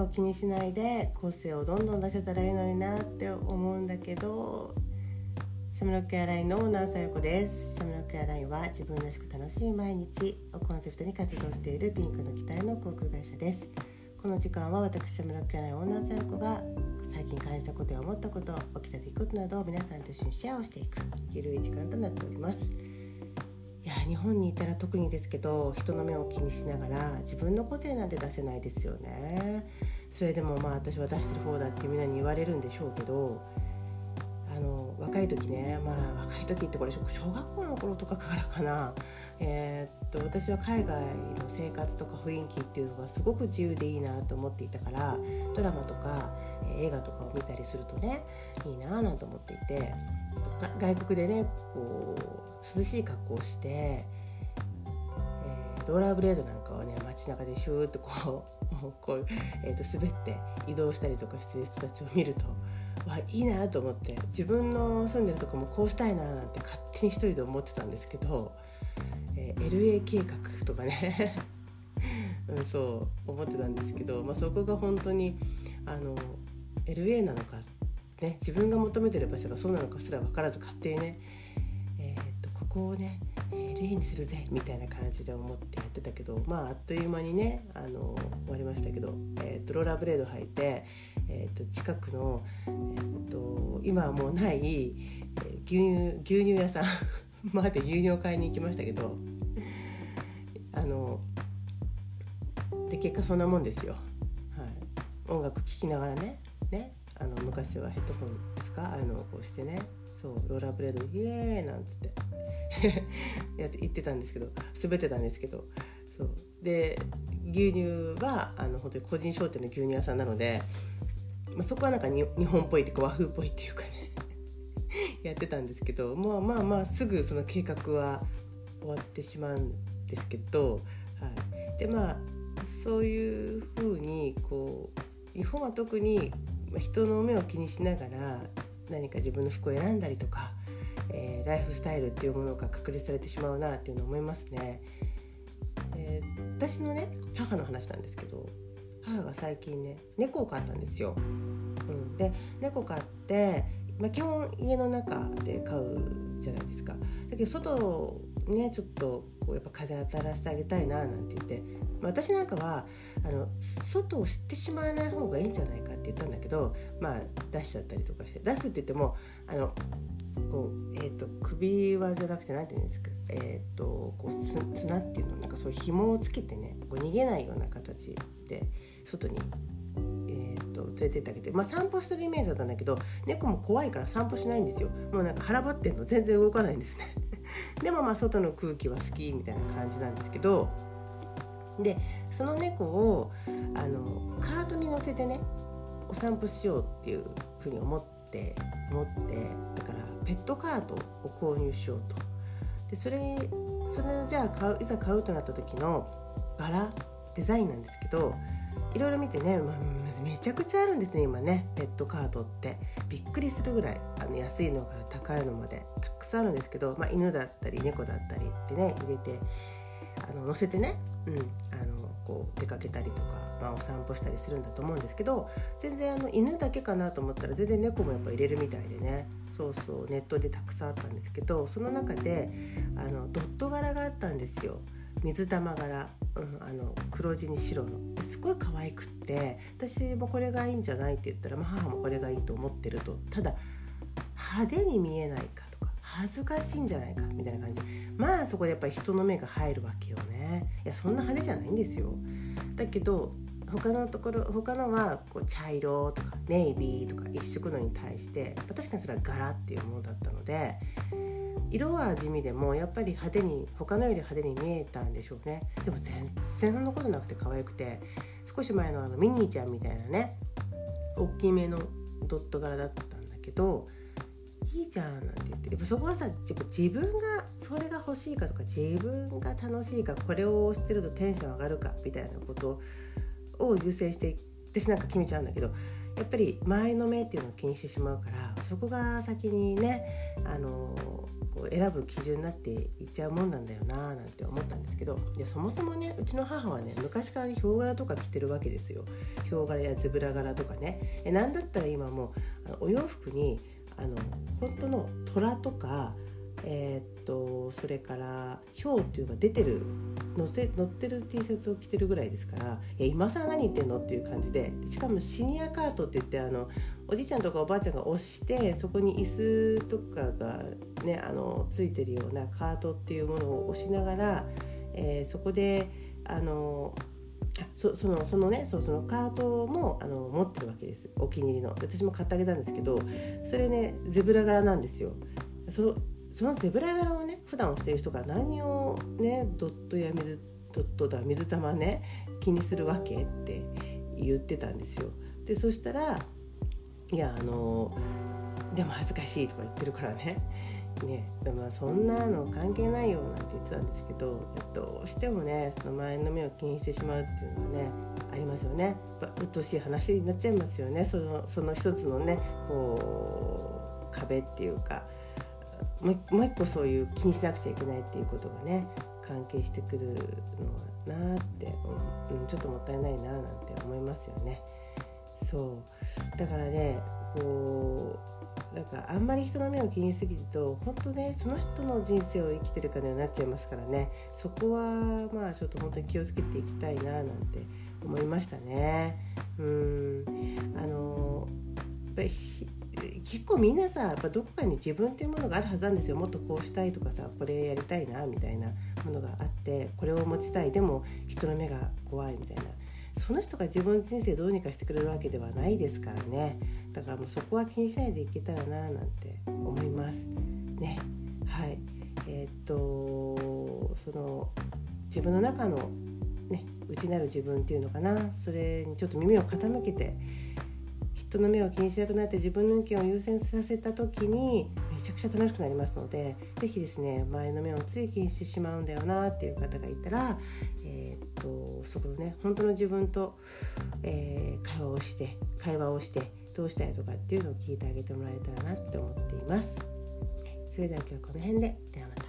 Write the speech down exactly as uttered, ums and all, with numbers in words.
を気にしないで個性をどんどん出せたらいいのになって思うんだけど、シャムロックエアラインのオーナーさよこです。シャムロックエアラインは自分らしく楽しい毎日をコンセプトに活動しているピンクの機体の航空会社です。この時間は私シャムロックエアラインオーナーさよこが最近感じたことや思ったこと、起きた出来事などを皆さんと一緒にシェアをしていくゆるい時間となっております。いや、日本にいたら特にですけど、人の目を気にしながら自分の個性なんて出せないですよね。それでもまあ私は出してる方だってみんなに言われるんでしょうけど、あの若い時ね、まあ若い時ってこれ小学校の頃とかからかな、えー、っと私は海外の生活とか雰囲気っていうのがすごく自由でいいなと思っていたから、ドラマとか映画とかを見たりするとね、いいななんて思っていて、外国でねこう涼しい格好をして、えー、ローラーブレードなんかをね街中でシューッとこう、もうこう、えー、と滑って移動したりとかしてる人たちを見ると、わいいなと思って、自分の住んでるとこもこうしたいななんて勝手に一人で思ってたんですけど、えー、エルエー 計画とかね、うん、そう思ってたんですけど、まあ、そこが本当にあの エルエー なのかね、自分が求めてる場所がそうなのかすら分からず勝手にね、えー、っとここをね エルエー にするぜみたいな感じで思ってやってたけど、まああっという間にねあの終わりましたけど、えー、っとローラーブレード履いて、えー、っと近くの、えー、っと今はもうない、えー、牛乳牛乳屋さんまで牛乳を買いに行きましたけど、あので結果そんなもんですよ、はい、音楽聴きながらねねあの昔はヘッドホンですか、あのこうしてね、そうローラーブレードイエーイなんつってやって言ってたんですけど、滑ってたんですけど、そうで牛乳はあの本当に個人商店の牛乳屋さんなので、まあ、そこはなんかに日本っぽいっていうか和風っぽいっていうかねやってたんですけど、まあまあまあすぐその計画は終わってしまうんですけど、はい、でまあそういう風にこう日本は特に人の目を気にしながら何か自分の服を選んだりとか、えー、ライフスタイルっていうものが確立されてしまうなっていうのを思いますね。えー、私のね母の話なんですけど、母が最近ね猫を飼ったんですよ、うん、で猫飼って、まあ、基本家の中で飼うじゃないですか。だけど外ねちょっとこうやっぱ風当たらせてあげたいななんて言って、まあ、私なんかはあの外を知ってしまわない方がいいんじゃないかって言ったんだけど、まあ出しちゃったりとかして、出すって言ってもあのこう、えー、と首輪じゃなくてなんて言うんですか、えー、とこうつ綱っていうのなんかそういう紐をつけてねこう逃げないような形で外に、えー、と連れてってあげて、まあ、散歩してるイメージだったんだけど、猫も怖いから散歩しないんですよ。もうなんか腹ばってんの全然動かないんですねでもまあ外の空気は好きみたいな感じなんですけど、でその猫をあのカートに乗せてねお散歩しようっていうふうに思って思ってだからペットカートを購入しようと。でそれそれじゃあ買ういざ買うとなった時の柄デザインなんですけど、いろいろ見てね、まあ、めちゃくちゃあるんですね今ね。ペットカートってびっくりするぐらいあの安いのから高いのまでたくさんあるんですけど、まあ、犬だったり猫だったりってね入れてあの乗せてね、うん、あのこう出かけたりとか、まあ、お散歩したりするんだと思うんですけど、全然あの犬だけかなと思ったら全然猫もやっぱ入れるみたいでね、そうそうネットでたくさんあったんですけど、その中であのドット柄があったんですよ。水玉柄、うん、あの黒地に白のすごい可愛くって、私もこれがいいんじゃないって言ったら、まあ、母もこれがいいと思ってると。ただ派手に見えないかとか恥ずかしいんじゃないかみたいな感じで、まあそこでやっぱり人の目が入るわけよね。いやそんな派手じゃないんですよ。だけど他のところ他のはこう茶色とかネイビーとか一色のに対して確かにそれは柄っていうものだったので、色は地味でもやっぱり派手に他のより派手に見えたんでしょうね。でも全然そんなことなくて可愛くて、少し前のあのミニーちゃんみたいなね大きめのドット柄だったんだけど、いいじゃんなんて言って、やっぱそこはさやっぱ自分がそれが欲しいかとか自分が楽しいかこれをしてるとテンション上がるかみたいなことを優先して私なんか決めちゃうんだけど、やっぱり周りの目っていうのを気にしてしまうから、そこが先にねあのここう選ぶ基準になっていっちゃうもんなんだよななんて思ったんですけど、いやそもそもねうちの母はね昔からヒョウ柄とか着てるわけですよ。ヒョウ柄やゼブラ柄とかね。えなんだったら今もうあのお洋服にあの本当の虎とかえー、っとそれから豹っていうのが出てる乗せ乗ってる T シャツを着てるぐらいですから、いや今更何言ってんのっていう感じで、しかもシニアカートって言ってあのおじいちゃんとかおばあちゃんが押してそこに椅子とかがねあのついてるようなカートっていうものを押しながら、えー、そこであのそ, そのそのねそうそのカートもあの持ってるわけです。お気に入りの私も買ってあげたんですけど、それねゼブラ柄なんですよ。そのそのゼブラ柄をね普段着てる人が何をねドットや水ドットだ水玉ね気にするわけって言ってたんですよ。でそしたらいやあのでも恥ずかしいとか言ってるからねね、でもそんなの関係ないよなんて言ってたんですけど、どうしてもねその周りの目を気にしてしまうっていうのはねありますよね。うっとうしい話になっちゃいますよね。そのその一つのねこう壁っていうか、もう、もう一個そういう気にしなくちゃいけないっていうことがね関係してくるのはなって、うん、ちょっともったいないななんて思いますよね。そうだからねこうなんかあんまり人の目を気にしすぎると本当ねその人の人生を生きてるかのようになっちゃいますからね、そこはまあちょっと本当に気をつけていきたいななんて思いましたね。うーんあのやっぱり結構みんなさやっぱどこかに自分っていうものがあるはずなんですよ。もっとこうしたいとかさこれやりたいなみたいなものがあって、これを持ちたいでも人の目が怖いみたいな、その人が自分の人生どうにかしてくれるわけではないですからね。だからもうそこは気にしないでいけたらななんて思いますね。はいえー、っとその自分の中のね内なる自分っていうのかな、それにちょっと耳を傾けて人の目を気にしなくなって自分の意見を優先させた時にめちゃくちゃ楽しくなりますので、ぜひですね周りの目をつい気にしてしまうんだよなっていう方がいたら、えー、っとそこのね本当の自分と、えー、会話をして会話をしてどうしたいとかっていうのを聞いてあげてもらえたらなって思っています。それでは今日はこの辺で、ではまた。